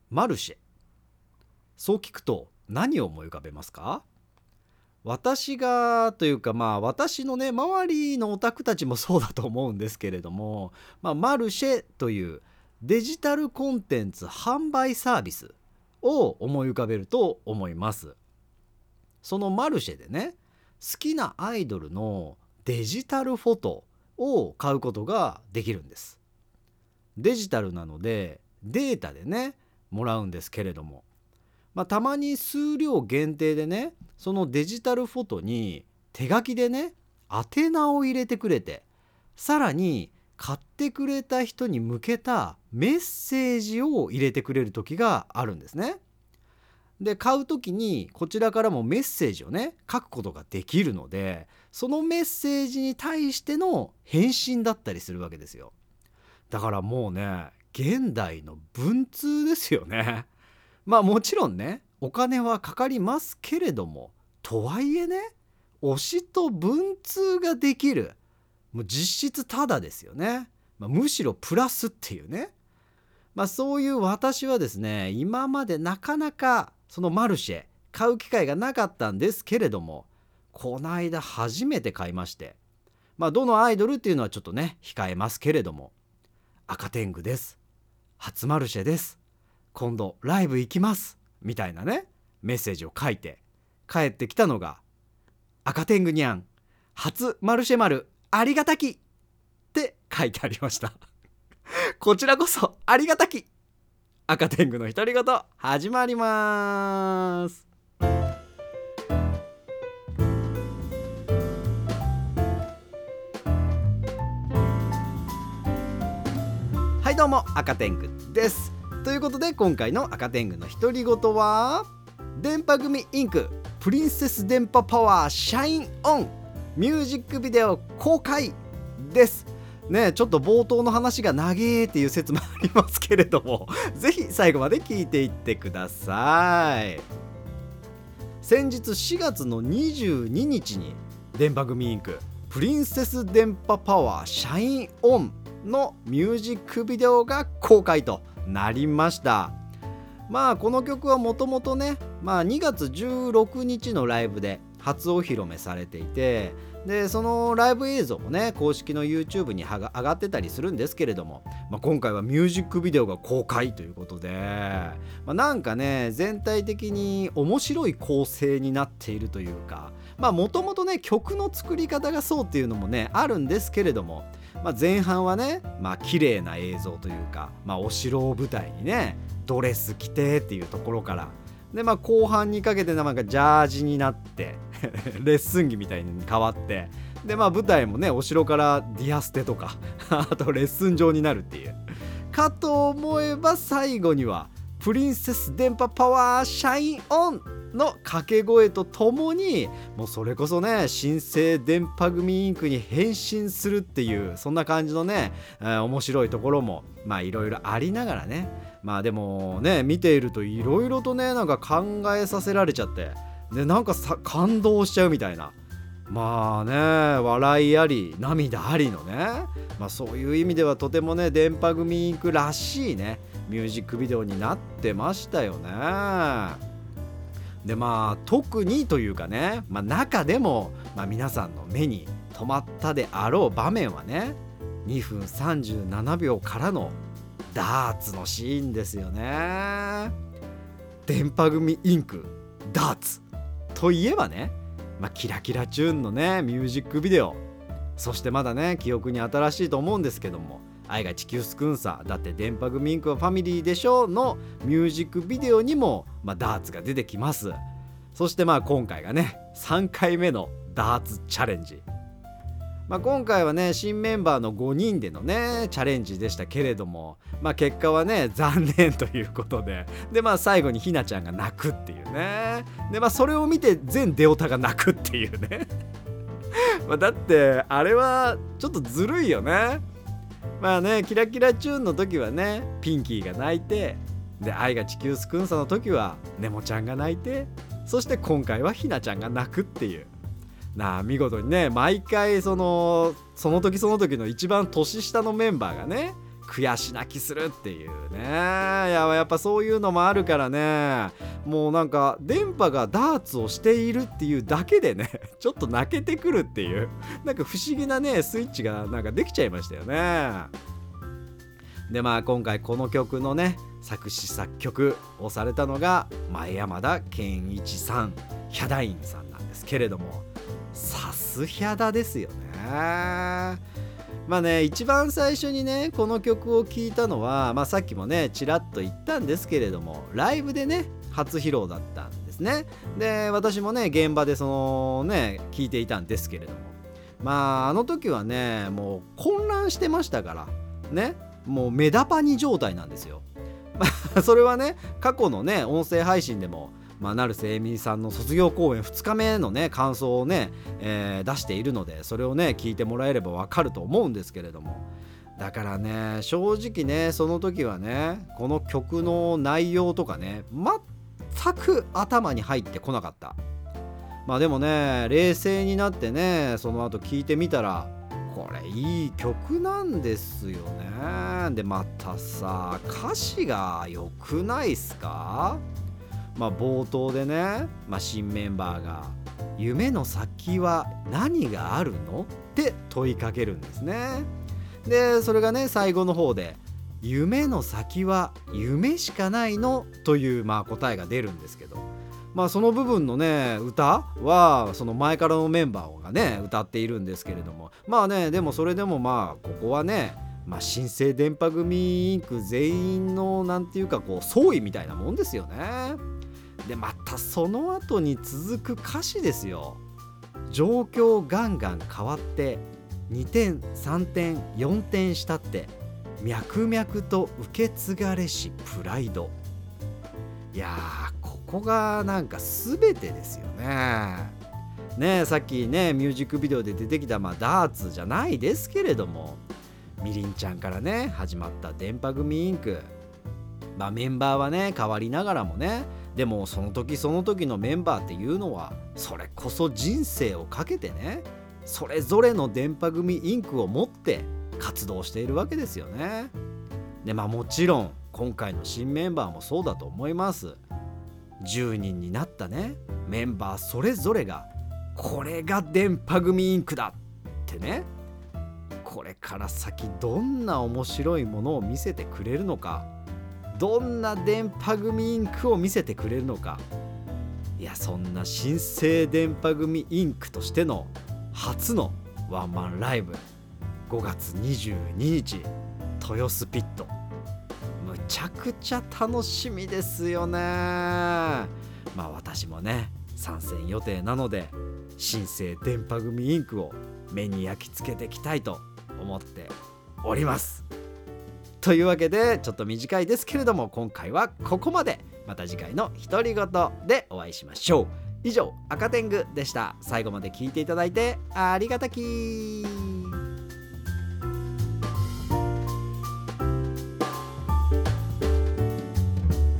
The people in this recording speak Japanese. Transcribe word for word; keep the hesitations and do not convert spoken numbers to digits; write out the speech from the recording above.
マルシェ。そう聞くと何を思い浮かべますか？私がというかまあ私のね周りのオタクたちもそうだと思うんですけれども、まあ、マルシェというデジタルコンテンツ販売サービスを思い浮かべると思います。そのマルシェでね、好きなアイドルのデジタルフォトを買うことができるんです。デジタルなのでデータでねもらうんですけれども、まあ、たまに数量限定でねそのデジタルフォトに手書きでね宛名を入れてくれて、さらに買ってくれた人に向けたメッセージを入れてくれる時があるんですね。で買う時にこちらからもメッセージをね書くことができるので、そのメッセージに対しての返信だったりするわけですよ。だからもうね現代の文通ですよね。まあもちろんねお金はかかりますけれども、とはいえね推しと文通ができる、もう実質タダですよね。まあ、むしろプラスっていうね、まあ、そういう私はですね今までなかなかそのマルシェ買う機会がなかったんですけれども、この間初めて買いまして、まあどのアイドルっていうのはちょっとね控えますけれども、赤天狗です、初マルシェです、今度ライブ行きますみたいなねメッセージを書いて帰ってきたのが、赤天狗にゃん初マルシェ丸ありがたきって書いてありましたこちらこそありがたき。赤天狗の独り言始まります。はいどうも赤天狗です。ということで今回の赤天狗の独り言は、電波組インクプリンセス電波パワーシャインオンミュージックビデオ公開ですね。ちょっと冒頭の話が長えっていう説もありますけれどもぜひ最後まで聞いていってください。先日しがつのにじゅうににちに電波組インクプリンセス電波パワーシャインオンのミュージックビデオが公開となりました。まあこの曲はもともとね、まあ、にがつじゅうろくにちのライブで初お披露目されていて、でそのライブ映像もね公式の YouTube に上がってたりするんですけれども、まあ、今回はミュージックビデオが公開ということで、まあ、なんかね全体的に面白い構成になっているというか、まあもともとね曲の作り方がそうっていうのもねあるんですけれども、まあ、前半はねまあ綺麗な映像というか、まあ、お城を舞台にねドレス着てっていうところからで、まあ、後半にかけてなんかジャージになってレッスン着みたいに変わって、でまあ舞台もねお城からディアステとかあとレッスン場になるっていうかと思えば、最後にはプリンセス電波パワーシャインオンの掛け声とともに、もうそれこそね新生電波組インクに変身するっていうそんな感じのね、えー、面白いところもまあいろいろありながらね、まあでもね見ているといろいろとねなんか考えさせられちゃって、でなんかさ感動しちゃうみたいな、まあね笑いあり涙ありのね、まあそういう意味ではとてもね電波組インクらしいねミュージックビデオになってましたよね。でまあ特にというかね、まあ、中でも、まあ、皆さんの目に留まったであろう場面はねにふんさんじゅうななびょうからのダーツのシーンですよね。電波組インクダーツといえばね、まあ、キラキラチューンのねミュージックビデオ、そしてまだね記憶に新しいと思うんですけども、愛が地球すくんさだって電波組インクはファミリーでしょのミュージックビデオにも、まあ、ダーツが出てきます。そしてまあ今回がねさんかいめのダーツチャレンジ、まあ、今回はね新メンバーのごにんでのねチャレンジでしたけれども、まあ、結果はね残念ということで、でまあ最後にひなちゃんが泣くっていうね、でまあそれを見て全デオタが泣くっていうねまあだってあれはちょっとずるいよね。まあねキラキラチューンの時はねピンキーが泣いて、で愛が地球すくんさの時はネモちゃんが泣いて、そして今回はひなちゃんが泣くっていうなあ、見事にね毎回そのその時その時の一番年下のメンバーがね悔し泣きするっていうね。いややっぱそういうのもあるからね、もうなんか電波がダーツをしているっていうだけでねちょっと泣けてくるっていう、なんか不思議なねスイッチがなんかできちゃいましたよね。でまあ今回この曲のね作詞作曲をされたのが前山田健一さん、ヒャダインさんなんですけれども、さすヒャダですよね。まあね一番最初にねこの曲を聴いたのは、まあ、さっきもねちらっと言ったんですけれども、ライブでね初披露だったんですね。で私もね現場でそのね聴いていたんですけれども、まああの時はねもう混乱してましたからね、もうメダパニ状態なんですよそれはね過去のね音声配信でも、まあ、成瀬えみりさんの卒業公演ふつかめのね感想をね、えー、出しているので、それをね聞いてもらえればわかると思うんですけれども、だからね正直ねその時はねこの曲の内容とかね全く頭に入ってこなかった。まあでもね冷静になってねその後聞いてみたら、これいい曲なんですよね。でまたさ歌詞が良くないっすか。まあ冒頭でね、まあ、新メンバーが夢の先は何があるのって問いかけるんですね。でそれがね最後の方で夢の先は夢しかないのというまあ答えが出るんですけど、まあその部分のね歌はその前からのメンバーがね歌っているんですけれども、まあねでもそれでもまあここはね、まあ、新生電波組インク全員のなんていうかこう総意みたいなもんですよね。でまたその後に続く歌詞ですよ。状況ガンガン変わってにてんさんてんよんてんしたって脈々と受け継がれしプライド。いやーここがなんか全てですよね。ねえさっきねミュージックビデオで出てきた、まあ、ダーツじゃないですけれども、みりんちゃんからね始まった電波組インク、まあ、メンバーはね変わりながらもね、でもその時その時のメンバーっていうのはそれこそ人生をかけてねそれぞれの電波組インクを持って活動しているわけですよね。でまあもちろん今回の新メンバーもそうだと思います。じゅうにんになったねメンバーそれぞれがこれが電波組インクだってね、これから先どんな面白いものを見せてくれるのか、どんな電波組インクを見せてくれるのか。いやそんな新生電波組インクとしての初のワンマンライブごがつにじゅうににち豊洲ピット、むちゃくちゃ楽しみですよね。まあ私もね参戦予定なので新生電波組インクを目に焼き付けていきたいと思っております。というわけでちょっと短いですけれども今回はここまで。また次回の独り言でお会いしましょう。以上赤天狗でした。最後まで聞いていただいてありがたき。